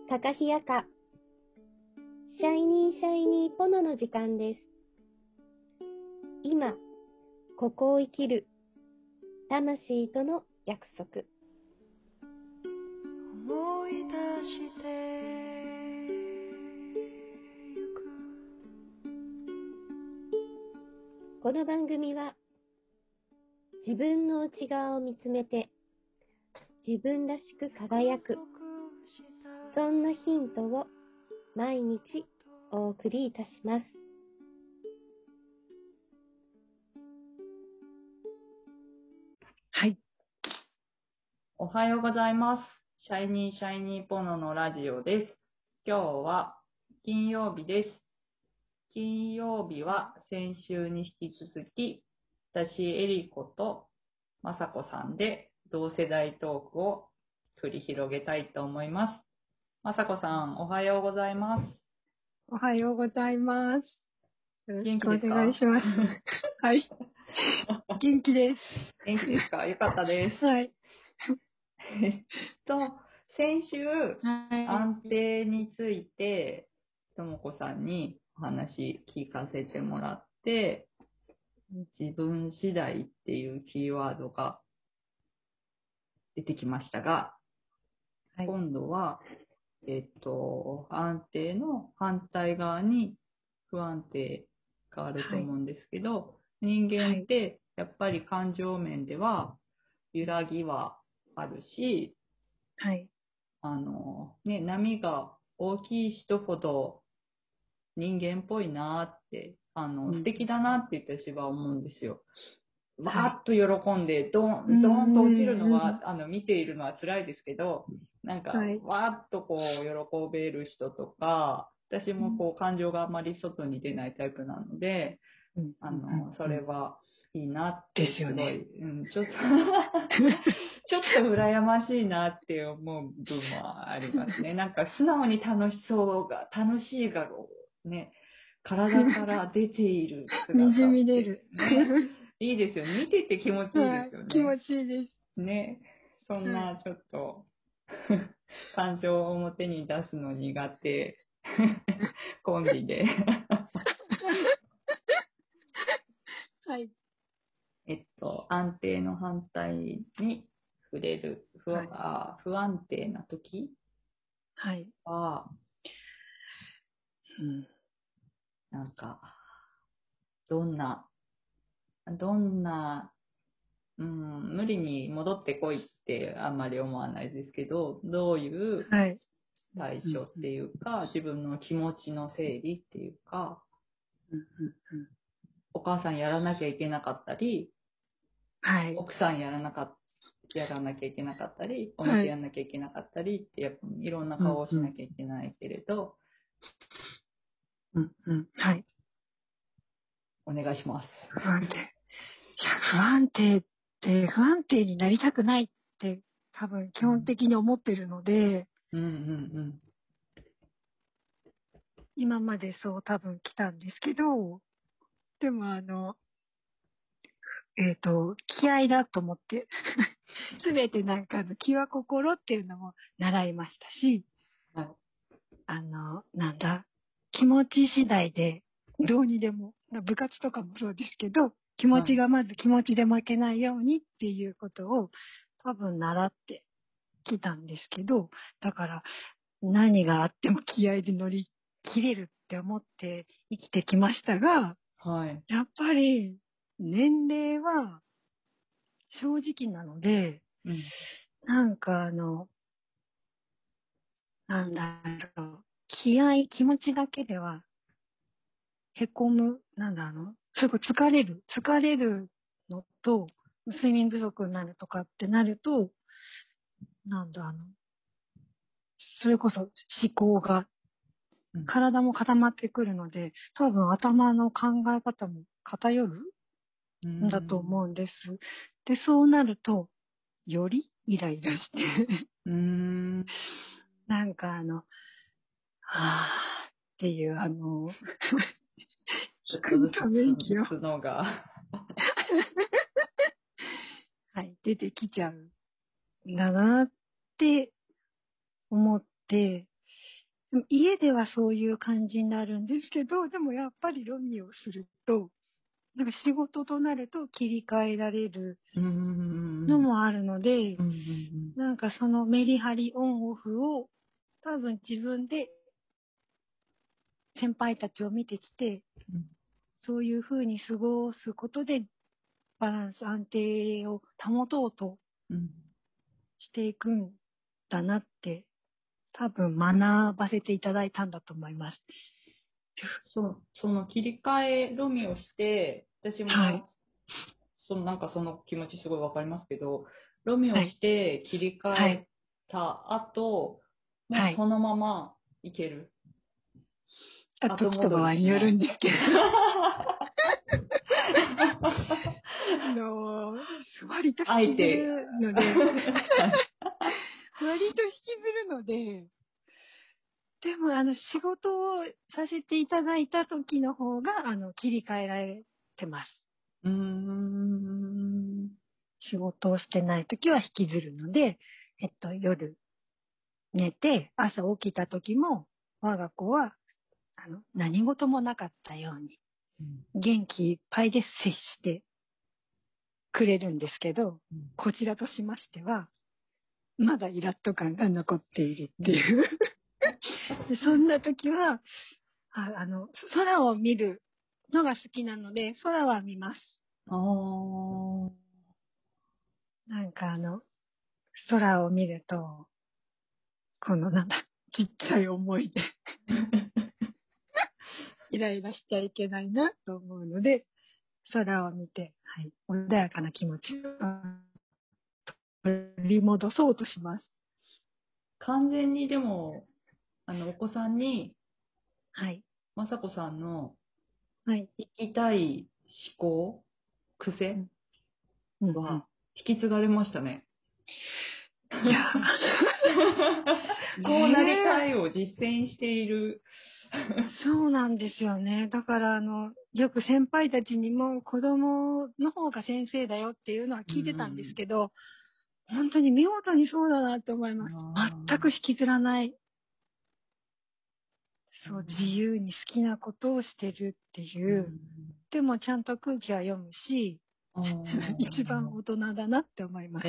高飛やかシャイニーシャイニーポノの時間です。今ここを生きる魂との約束。 思い出してゆく。 この番組は自分の内側を見つめて自分らしく輝く、そんなヒントを毎日お送りいたします。 はい。 おはようございます。シャイニーシャイニーポノのラジオです。今日は金曜日です。金曜日は先週に引き続き、私エリコとまさこさんで同世代トークを繰り広げたいと思います。まさこさん、おはようございます。 おはようございます。よろしくお元気ですか？ 願いします。はい。元気です。 元気ですか？よかったです。 はい。 先週、 はい。 安定について、ともこさんにお話聞かせてもらって、自分次第っていうキーワードが出てきましたが、 はい、 今度は、安定の反対側に不安定があると思うんですけど、人間ってやっぱり感情面では揺らぎはあるし、 はい。 波が大きい人ほど人間っぽいなって、素敵だなって私は思うんですよ。わーっと喜んで、ドーンと落ちるのは、見ているのは辛いですけど、なんか、わーっとこう、喜べる人とか、私もこう、感情があまり外に出ないタイプなので、それはいいなって、すごい、ちょっと、ちょっと羨ましいなって思う部分もありますね。なんか、素直に楽しいが、ね、体から出ている姿って、ね。 にじみ出る。 いいですよね。見てて気持ちいいですよね。 気持ちいいです。 ね。そんなちょっと、感情を表に出すの苦手コンビで。 はい。 安定の反対に触れる不安定な時は、なんか、どんな、無理に戻ってこいってあんまり思わないですけど、どういう対処っていうか、自分の気持ちの整理っていうか、お母さんやらなきゃいけなかったり、奥さんやらなきゃいけなかったり、お店やらなきゃいけなかったりって、やっぱいろんな顔をしなきゃいけないけれど、 はい。 お願いします。 不安定。いや、不安定になりたくないって多分基本的に思ってるので、今までそう多分来たんですけど、でも気合だと思って、すべてなんか気は心っていうのも習いましたし、気持ち次第でどうにでも、部活とかもそうですけど、気持ちがまず気持ちで負けないようにっていうことを多分習ってきたんですけど、だから何があっても気合で乗り切れるって思って生きてきましたが、やっぱり年齢は正直なので、なんかなんだろう、気持ちだけでは、へこむ、すぐ疲れるのと、睡眠不足になるとかってなると、それこそ思考が、体も固まってくるので、多分頭の考え方も偏るんだと思うんです。で、そうなると、よりイライラして、なんかはぁーっていうため息をはい、出てきちゃうんだなって思って、 でも家ではそういう感じになるんですけど、でもやっぱりロミオをすると、なんか仕事となると切り替えられるのもあるので、なんかそのメリハリオンオフを多分自分で先輩たちを見てきて、そういう風に過ごすことでバランス安定を保とうとしていくんだなって多分学ばせていただいたんだと思います。 その切り替えロミオして、私も、 はい、 なんかその気持ちすごいわかりますけど、ロミオして切り替えた後、もうそのままいける。 時と場合によるんですけど。割と引きずるので、でも仕事をさせていただいた時の方が切り替えられてます。仕事をしてない時は引きずるので、夜寝て朝起きた時も我が子は何事もなかったように元気いっぱいで接してくれるんですけど、こちらとしましてはまだイラッと感が残っているっていうでそんな時は空を見るのが好きなので空は見ます。なんか空を見るとこのちっちゃい思いでイライラしちゃいけないなと思うので、空を見て、はい、穏やかな気持ちを取り戻そうとします。 完全にでも、お子さんに、 はい。 まさこさんの、 はい。 生きたい思考、癖は引き継がれましたね。 いやこうなりたいを実践している。 そうなんですよね。だからよく先輩たちにも子供の方が先生だよっていうのは聞いてたんですけど、本当に見事にそうだなって思います。全く引きずらない。そう、自由に好きなことをしてるっていう。でもちゃんと空気は読むし、一番大人だなって思います。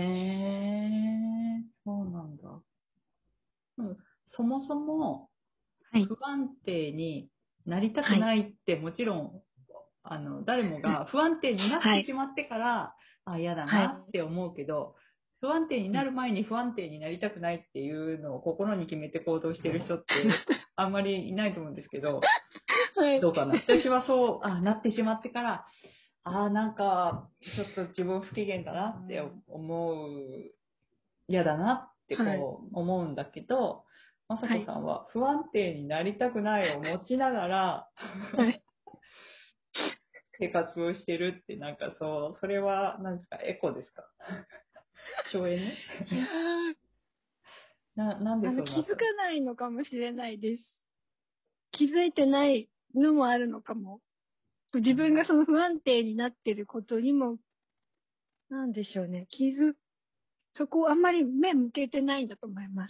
そうなんだ。そもそも不安定になりたくないってもちろん、誰もが不安定になってしまってから、嫌だなって思うけど、不安定になる前に不安定になりたくないっていうのを心に決めて行動してる人ってあんまりいないと思うんですけど、どうかな。私はそう、なってしまってから、なんか、ちょっと自分不機嫌だなって思う、嫌だなって思うんだけど、まさこさんは不安定になりたくないを持ちながら、生活をしてるって、なんかそれは何ですか、エコですか？省エネ？なんでそうなった？ 気づかないのかもしれないです。気づいてないのもあるのかも。自分がその不安定になってることにも、なんでしょうね。そこをあんまり目向けてないんだと思います。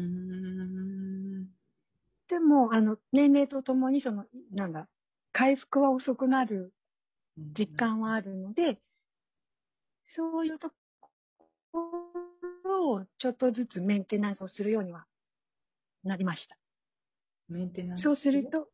でも、年齢とともに回復は遅くなる実感はあるので、そういうところをちょっとずつメンテナンスをするようにはなりました。 メンテナンス？ そうすると、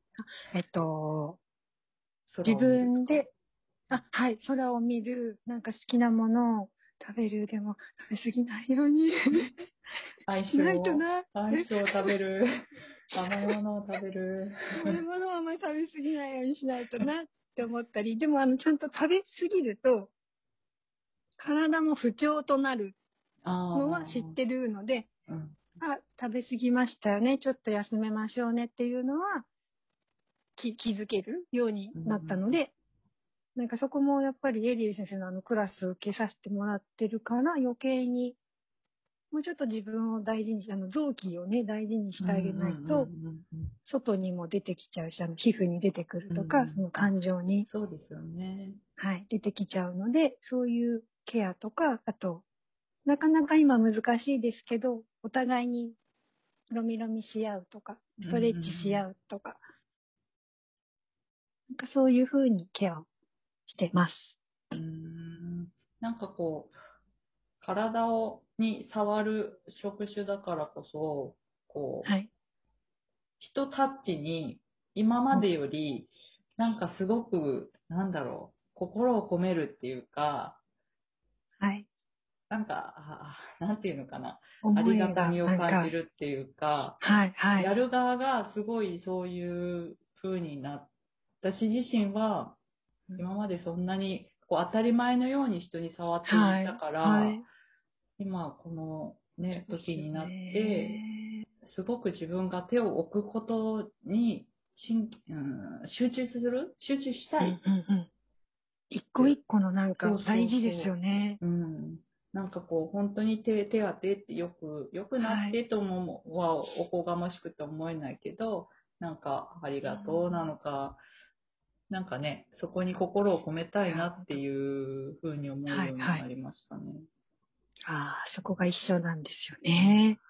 自分で、はい、空を見る、なんか好きなものを食べる、でも食べ過ぎないようにしないとな。 アイスを食べる。甘いものを食べる。 甘いものをあんまり食べ過ぎないようにしないとなって思ったり、でもちゃんと食べ過ぎると、体も不調となるのは知ってるので、食べ過ぎましたよね、ちょっと休めましょうねっていうのは気づけるようになったので、なんかそこもやっぱりエリー先生のクラスを受けさせてもらってるから余計にもうちょっと自分を大事に臓器をね大事にしてあげないと外にも出てきちゃうし皮膚に出てくるとか、その感情にそうですよね、 はい、出てきちゃうので、そういうケアとか、あとなかなか今難しいですけどお互いにロミロミし合うとか、ストレッチし合うとか、なんかそういう風にケアをしてます。 なんかこう、体に触る職種だからこそ、こう、 はい。 人タッチに今までより、なんかすごく、なんだろう、心を込めるっていうか、 はい。 なんか、なんていうのかな、あ思いが、 りがたみをなんか、 感じるっていうか、 はい、はい。 やる側がすごいそういう風になった。私自身は、今までそんなにこう当たり前のように人に触っていたから、 はい。 今このね、時になってね、 すごく自分が手を置くことに集中したい。 一個一個のなんかそうそう大事ですそよね。 う。なんかこう、本当に手当てってよくなはい。 ってともはおこがましくて思えないけど、なんかありがとうなのか、なんかね、そこに心を込めたいなっていうふうに思うはい、 ようにはい。 なりましたね。 ああ、そこが一緒なんですよね。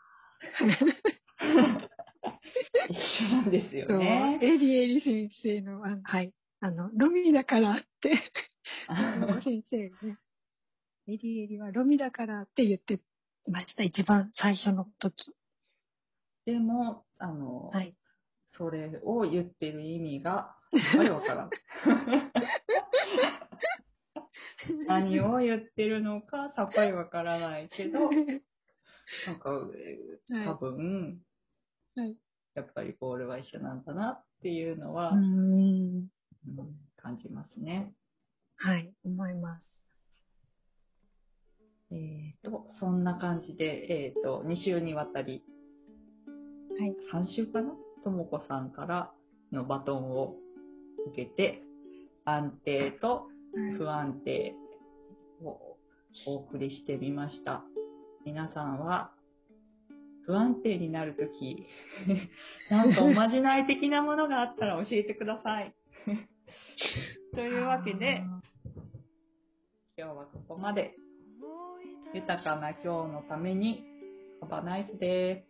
一緒なんですよそう、 ね。 エリ先生の、はい、ロミだからって、ともこ先生ね、エリはロミだからって言ってました、一番最初の時。 でも、 はい。 それを言ってる意味がさっぱりわからん。何を言ってるのかさっぱりわからないけど、なんか、多はい。 分、 はい。 やっぱりゴールは一緒なんだなっていうのうーは、 ん。 感じますね。 はい、思います。 そんな感じで、2週にわたり、 はい。 3週かな、ともこさんからのバトンを受けて、安定と不安定をお送りしてみました。皆さんは不安定になるとき、なんかおまじない的なものがあったら教えてください。というわけで、今日はここまで。豊かな今日のために、Have a nice day.